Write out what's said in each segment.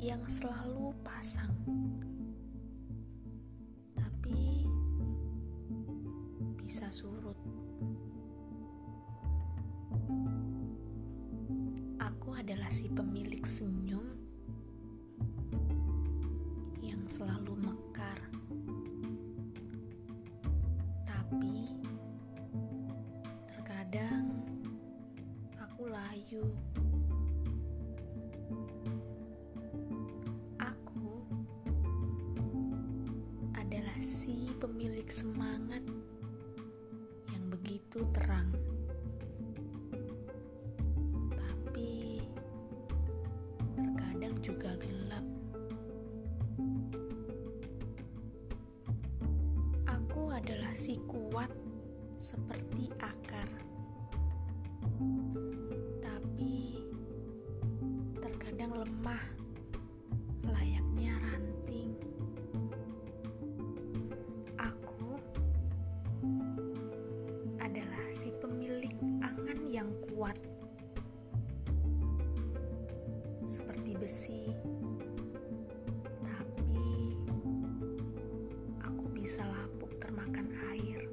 yang selalu pasang, tapi bisa surut. Aku adalah si pemilik senyum yang selalu mekar, tapi terkadang aku layu. Aku adalah si pemilik semangat yang begitu terang, tapi terkadang juga gelap. Aku adalah si kuat seperti akar, tapi terkadang lemah layaknya ranting. Aku adalah si pemilik angan yang kuat seperti besi, tapi aku bisa lapuk termakan air.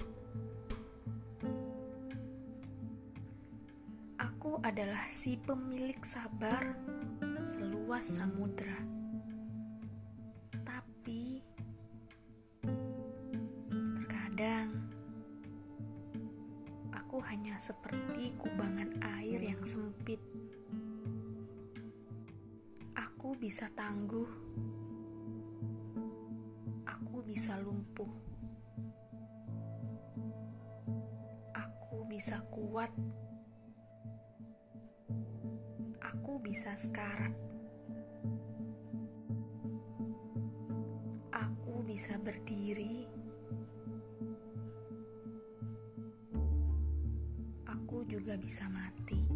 Aku adalah si pemilik sabar seluas samudra, tapi terkadang aku hanya seperti kubangan air yang sempit. Aku bisa tangguh, aku bisa lumpuh, aku bisa kuat, aku bisa sekarat, aku bisa berdiri, aku juga bisa mati.